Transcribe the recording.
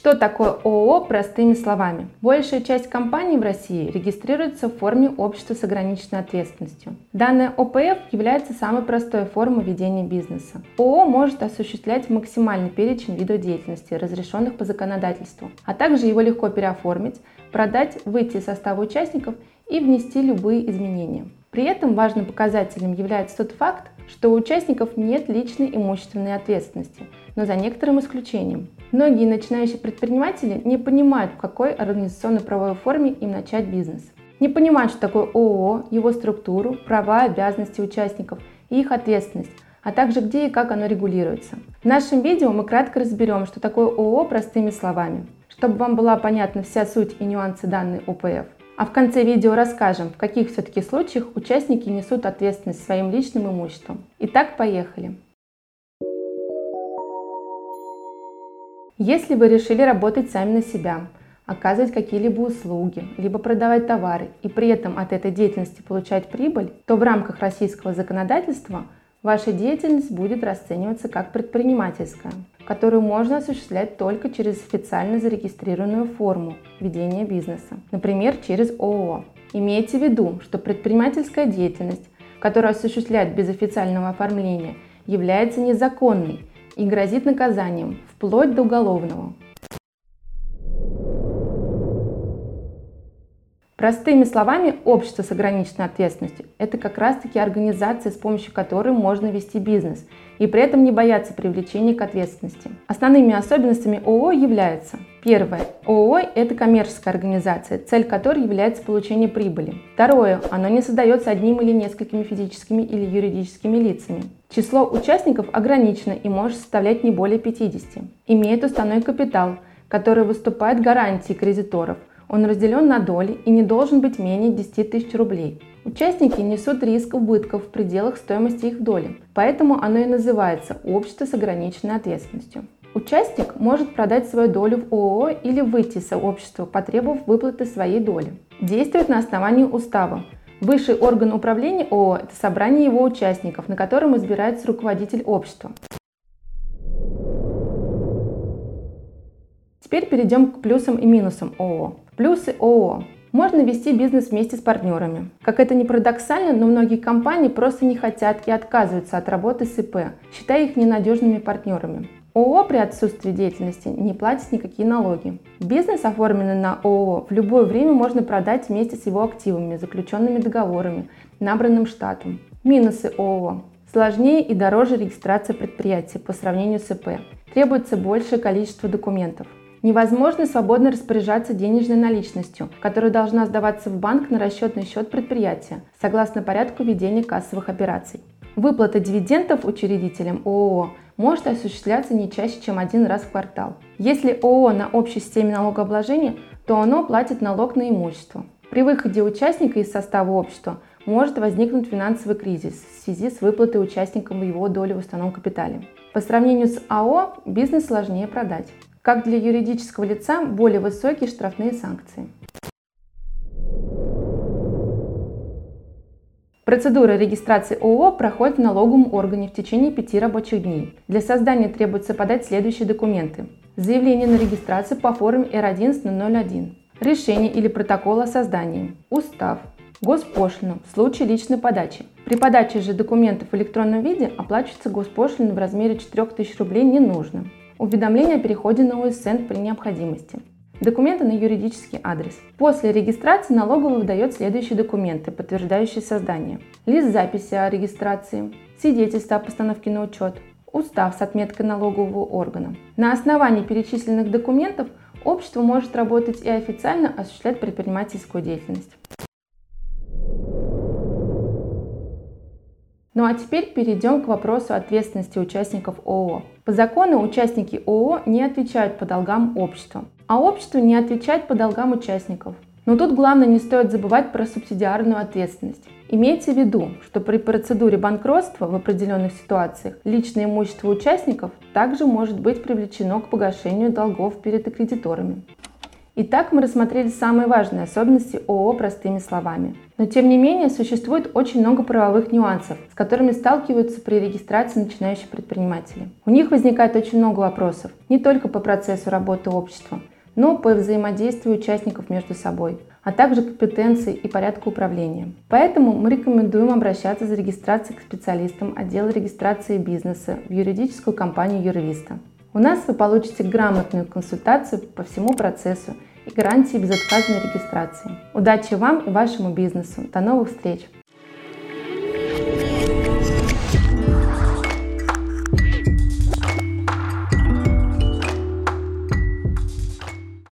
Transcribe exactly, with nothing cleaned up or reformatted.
Что такое ООО простыми словами? Большая часть компаний в России регистрируется в форме общества с ограниченной ответственностью. Данное О П Ф является самой простой формой ведения бизнеса. ООО может осуществлять максимальный перечень видов деятельности, разрешенных по законодательству, а также его легко переоформить, продать, выйти из состава участников и внести любые изменения. При этом важным показателем является тот факт, что у участников нет личной имущественной ответственности, но за некоторым исключением. Многие начинающие предприниматели не понимают, в какой организационно-правовой форме им начать бизнес. Не понимают, что такое ООО, его структуру, права, обязанности участников и их ответственность, а также где и как оно регулируется. В нашем видео мы кратко разберем, что такое ООО простыми словами, чтобы вам была понятна вся суть и нюансы данной О П Ф. А в конце видео расскажем, в каких все-таки случаях участники несут ответственность своим личным имуществом. Итак, поехали! Если вы решили работать сами на себя, оказывать какие-либо услуги, либо продавать товары и при этом от этой деятельности получать прибыль, то в рамках российского законодательства ваша деятельность будет расцениваться как предпринимательская, которую можно осуществлять только через официально зарегистрированную форму ведения бизнеса, например, через ООО. Имейте в виду, что предпринимательская деятельность, которую осуществляют без официального оформления, является незаконной и грозит наказанием, вплоть до уголовного. Простыми словами, общество с ограниченной ответственностью – это как раз-таки организация, с помощью которой можно вести бизнес и при этом не бояться привлечения к ответственности. Основными особенностями ООО являются: первое. ООО – это коммерческая организация, цель которой является получение прибыли. Второе. Оно не создается одним или несколькими физическими или юридическими лицами. Число участников ограничено и может составлять не более пятидесяти. Имеет уставной капитал, который выступает гарантией кредиторов. Он разделен на доли и не должен быть менее десяти тысяч рублей. Участники несут риск убытков в пределах стоимости их доли, поэтому оно и называется общество с ограниченной ответственностью. Участник может продать свою долю в ООО или выйти из сообщества, потребовав выплаты своей доли. Действует на основании устава. Высший орган управления ООО – это собрание его участников, на котором избирается руководитель общества. Теперь перейдем к плюсам и минусам ООО. Плюсы ООО. Можно вести бизнес вместе с партнерами. Как это ни парадоксально, но многие компании просто не хотят и отказываются от работы с И П, считая их ненадежными партнерами. ООО при отсутствии деятельности не платит никакие налоги. Бизнес, оформленный на ООО, в любое время можно продать вместе с его активами, заключенными договорами, набранным штатом. Минусы ООО. Сложнее и дороже регистрация предприятия по сравнению с И П. Требуется большее количество документов. Невозможно свободно распоряжаться денежной наличностью, которая должна сдаваться в банк на расчетный счет предприятия, согласно порядку ведения кассовых операций. Выплата дивидендов учредителям ООО может осуществляться не чаще, чем один раз в квартал. Если ООО на общей системе налогообложения, то оно платит налог на имущество. При выходе участника из состава общества может возникнуть финансовый кризис в связи с выплатой участникам его доли в уставном капитале. По сравнению с А О бизнес сложнее продать. Как для юридического лица, более высокие штрафные санкции. Процедура регистрации ООО проходит в налоговом органе в течение пяти рабочих дней. Для создания требуется подать следующие документы: заявление на регистрацию по форме Р одиннадцать ноль один, решение или протокол о создании, устав, госпошлину в случае личной подачи. При подаче же документов в электронном виде оплачивается госпошлина в размере четырёх тысяч рублей не нужно. Уведомление о переходе на У С Н при необходимости. Документы на юридический адрес. После регистрации налоговый выдает следующие документы, подтверждающие создание: лист записи о регистрации, свидетельство о постановке на учет, устав с отметкой налогового органа. На основании перечисленных документов общество может работать и официально осуществлять предпринимательскую деятельность. Ну а теперь перейдем к вопросу ответственности участников ООО. По закону участники ООО не отвечают по долгам общества, а общество не отвечает по долгам участников. Но тут главное, не стоит забывать про субсидиарную ответственность. Имейте в виду, что при процедуре банкротства в определенных ситуациях личное имущество участников также может быть привлечено к погашению долгов перед кредиторами. Итак, мы рассмотрели самые важные особенности ООО простыми словами. Но тем не менее, существует очень много правовых нюансов, с которыми сталкиваются при регистрации начинающие предприниматели. У них возникает очень много вопросов, не только по процессу работы общества, но по взаимодействию участников между собой, а также компетенции и порядку управления. Поэтому мы рекомендуем обращаться за регистрацией к специалистам отдела регистрации бизнеса в юридическую компанию Юрвиста. У нас вы получите грамотную консультацию по всему процессу и гарантии безотказной регистрации. Удачи вам и вашему бизнесу! До новых встреч!